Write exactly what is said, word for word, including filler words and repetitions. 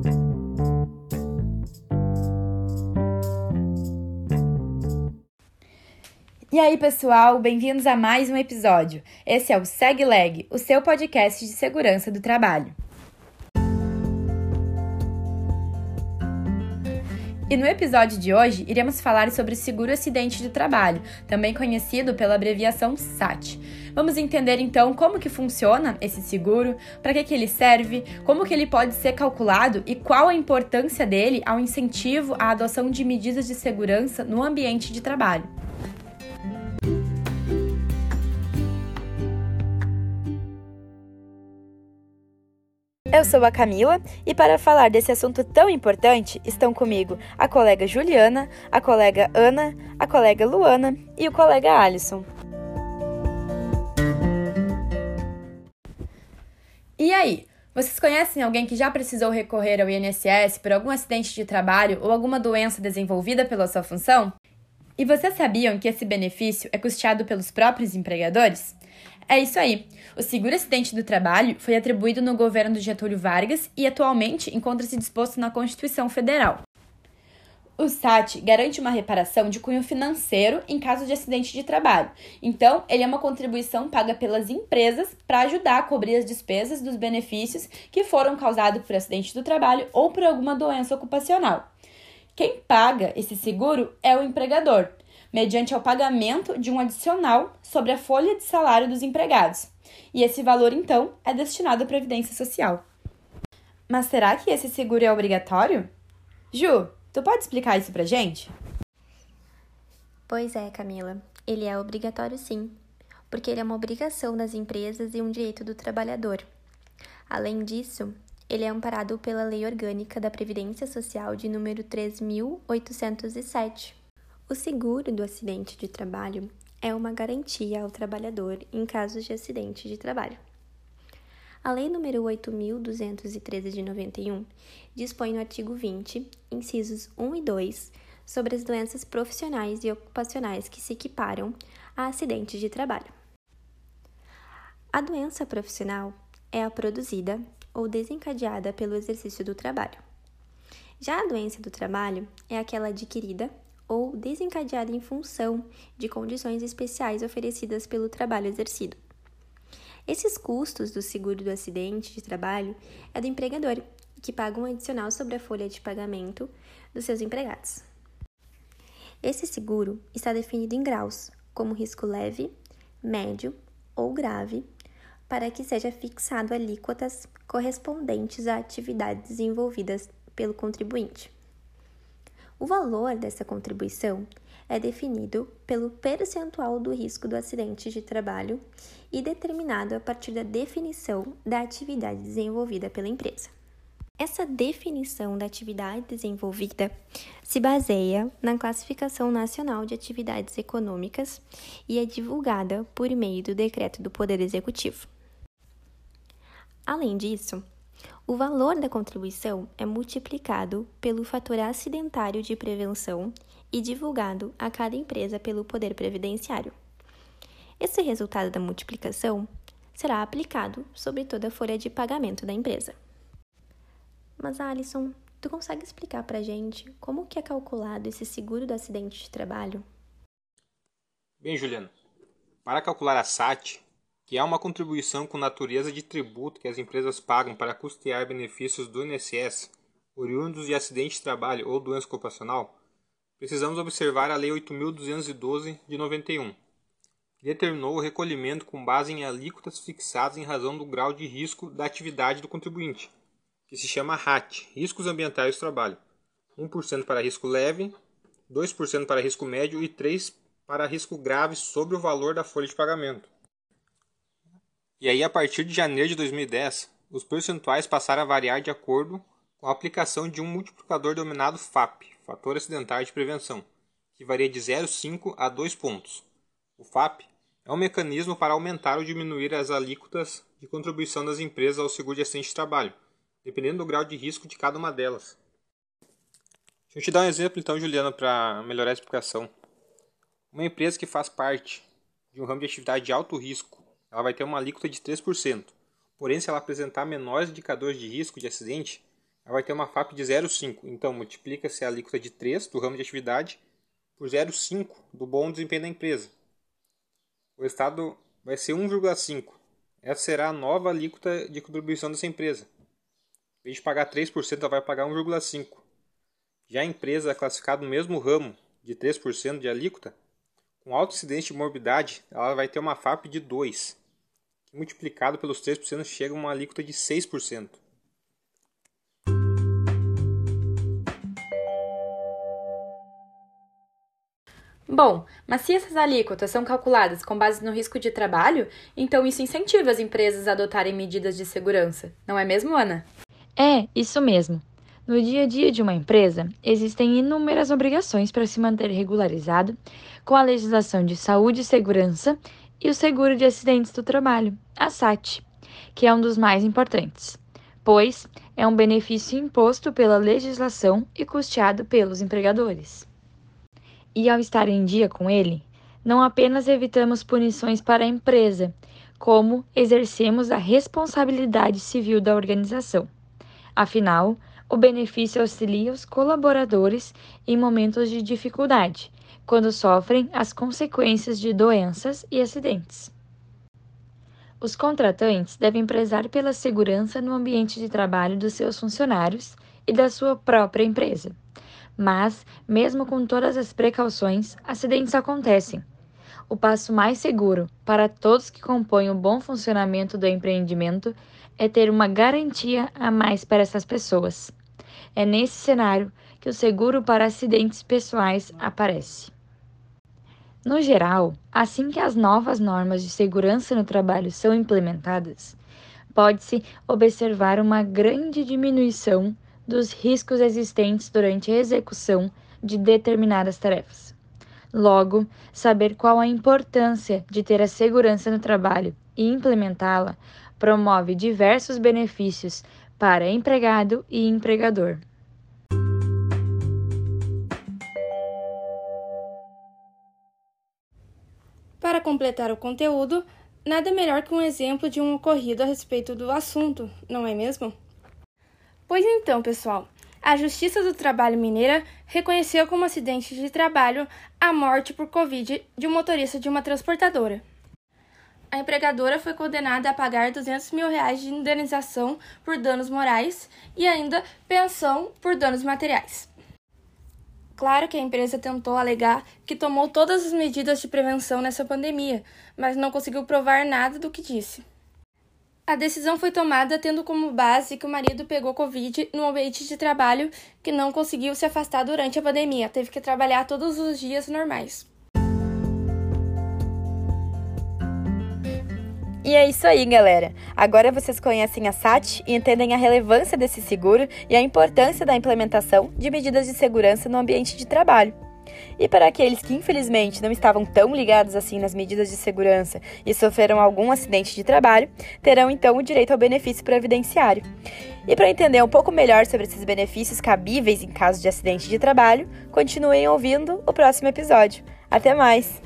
E aí, pessoal, bem-vindos a mais um episódio. Esse é o SegLeg, o seu podcast de segurança do trabalho. E no episódio de hoje, iremos falar sobre o seguro acidente de trabalho, também conhecido pela abreviação S A T. Vamos entender então como que funciona esse seguro, para que, que ele serve, como que ele pode ser calculado e qual a importância dele ao incentivo à adoção de medidas de segurança no ambiente de trabalho. Eu sou a Camila e para falar desse assunto tão importante estão comigo a colega Juliana, a colega Ana, a colega Luana e o colega Alisson. E aí, vocês conhecem alguém que já precisou recorrer ao I N S S por algum acidente de trabalho ou alguma doença desenvolvida pela sua função? E vocês sabiam que esse benefício é custeado pelos próprios empregadores? É isso aí. O seguro acidente do trabalho foi atribuído no governo do Getúlio Vargas e atualmente encontra-se disposto na Constituição Federal. O S A T garante uma reparação de cunho financeiro em caso de acidente de trabalho. Então, ele é uma contribuição paga pelas empresas para ajudar a cobrir as despesas dos benefícios que foram causados por acidente do trabalho ou por alguma doença ocupacional. Quem paga esse seguro é o empregador, mediante o pagamento de um adicional sobre a folha de salário dos empregados. E esse valor, então, é destinado à Previdência Social. Mas será que esse seguro é obrigatório? Ju, tu pode explicar isso pra gente? Pois é, Camila. Ele é obrigatório sim, porque ele é uma obrigação das empresas e um direito do trabalhador. Além disso, ele é amparado pela Lei Orgânica da Previdência Social de número três mil oitocentos e sete. O seguro do acidente de trabalho é uma garantia ao trabalhador em casos de acidente de trabalho. A Lei nº oito mil duzentos e treze de noventa e um dispõe no artigo vinte, incisos um e dois, sobre as doenças profissionais e ocupacionais que se equiparam a acidentes de trabalho. A doença profissional é a produzida ou desencadeada pelo exercício do trabalho. Já a doença do trabalho é aquela adquirida ou desencadeada em função de condições especiais oferecidas pelo trabalho exercido. Esses custos do seguro do acidente de trabalho é do empregador, que paga um adicional sobre a folha de pagamento dos seus empregados. Esse seguro está definido em graus, como risco leve, médio ou grave, para que seja fixado alíquotas correspondentes a atividades desenvolvidas pelo contribuinte. O valor dessa contribuição é definido pelo percentual do risco do acidente de trabalho e determinado a partir da definição da atividade desenvolvida pela empresa. Essa definição da atividade desenvolvida se baseia na Classificação Nacional de Atividades Econômicas e é divulgada por meio do Decreto do Poder Executivo. Além disso, o valor da contribuição é multiplicado pelo fator acidentário de prevenção e divulgado a cada empresa pelo Poder Previdenciário. Esse resultado da multiplicação será aplicado sobre toda a folha de pagamento da empresa. Mas, Alisson, tu consegue explicar pra gente como que é calculado esse seguro do acidente de trabalho? Bem, Juliana, para calcular a S A T, que é uma contribuição com natureza de tributo que as empresas pagam para custear benefícios do I N S S, oriundos de acidente de trabalho ou doença ocupacional, precisamos observar a Lei oito mil duzentos e doze de noventa e um, que determinou o recolhimento com base em alíquotas fixadas em razão do grau de risco da atividade do contribuinte, que se chama R A T, Riscos Ambientais do Trabalho, um por cento para risco leve, dois por cento para risco médio e três por cento para risco grave sobre o valor da folha de pagamento. E aí, a partir de janeiro de dois mil e dez, os percentuais passaram a variar de acordo com a aplicação de um multiplicador denominado F A P, Fator Acidentário de Prevenção, que varia de zero vírgula cinco a dois pontos. O F A P é um mecanismo para aumentar ou diminuir as alíquotas de contribuição das empresas ao seguro de acidente de trabalho, dependendo do grau de risco de cada uma delas. Deixa eu te dar um exemplo então, Juliana, para melhorar a explicação. Uma empresa que faz parte de um ramo de atividade de alto risco, ela vai ter uma alíquota de três por cento. Porém, se ela apresentar menores indicadores de risco de acidente, ela vai ter uma F A P de zero vírgula cinco. Então, multiplica-se a alíquota de três do ramo de atividade por zero vírgula cinco do bom desempenho da empresa. O resultado vai ser um vírgula cinco. Essa será a nova alíquota de contribuição dessa empresa. Em vez de pagar três por cento, ela vai pagar um vírgula cinco por cento. Já a empresa classificada no mesmo ramo de três por cento de alíquota, com alto incidente de morbidade, ela vai ter uma F A P de dois, que multiplicado pelos três por cento chega a uma alíquota de seis por cento. Bom, mas se essas alíquotas são calculadas com base no risco de trabalho, então isso incentiva as empresas a adotarem medidas de segurança, não é mesmo, Ana? É, isso mesmo. No dia a dia de uma empresa, existem inúmeras obrigações para se manter regularizado com a legislação de saúde e segurança e o seguro de acidentes do trabalho, a SAT, que é um dos mais importantes, pois é um benefício imposto pela legislação e custeado pelos empregadores. E ao estar em dia com ele, não apenas evitamos punições para a empresa, como exercemos a responsabilidade civil da organização. Afinal, o benefício auxilia os colaboradores em momentos de dificuldade, quando sofrem as consequências de doenças e acidentes. Os contratantes devem prezar pela segurança no ambiente de trabalho dos seus funcionários e da sua própria empresa. Mas, mesmo com todas as precauções, acidentes acontecem. O passo mais seguro para todos que compõem o bom funcionamento do empreendimento é ter uma garantia a mais para essas pessoas. É nesse cenário que o seguro para acidentes pessoais aparece. No geral, assim que as novas normas de segurança no trabalho são implementadas, pode-se observar uma grande diminuição dos riscos existentes durante a execução de determinadas tarefas. Logo, saber qual a importância de ter a segurança no trabalho e implementá-la promove diversos benefícios para empregado e empregador. Para completar o conteúdo, nada melhor que um exemplo de um ocorrido a respeito do assunto, não é mesmo? Pois então, pessoal, a Justiça do Trabalho Mineira reconheceu como acidente de trabalho a morte por Covid de um motorista de uma transportadora. A empregadora foi condenada a pagar duzentos mil reais de indenização por danos morais e ainda pensão por danos materiais. Claro que a empresa tentou alegar que tomou todas as medidas de prevenção nessa pandemia, mas não conseguiu provar nada do que disse. A decisão foi tomada tendo como base que o marido pegou Covid no ambiente de trabalho que não conseguiu se afastar durante a pandemia, teve que trabalhar todos os dias normais. E é isso aí, galera! Agora vocês conhecem a SAT e entendem a relevância desse seguro e a importância da implementação de medidas de segurança no ambiente de trabalho. E para aqueles que, infelizmente, não estavam tão ligados assim nas medidas de segurança e sofreram algum acidente de trabalho, terão então o direito ao benefício previdenciário. E para entender um pouco melhor sobre esses benefícios cabíveis em caso de acidente de trabalho, continuem ouvindo o próximo episódio. Até mais!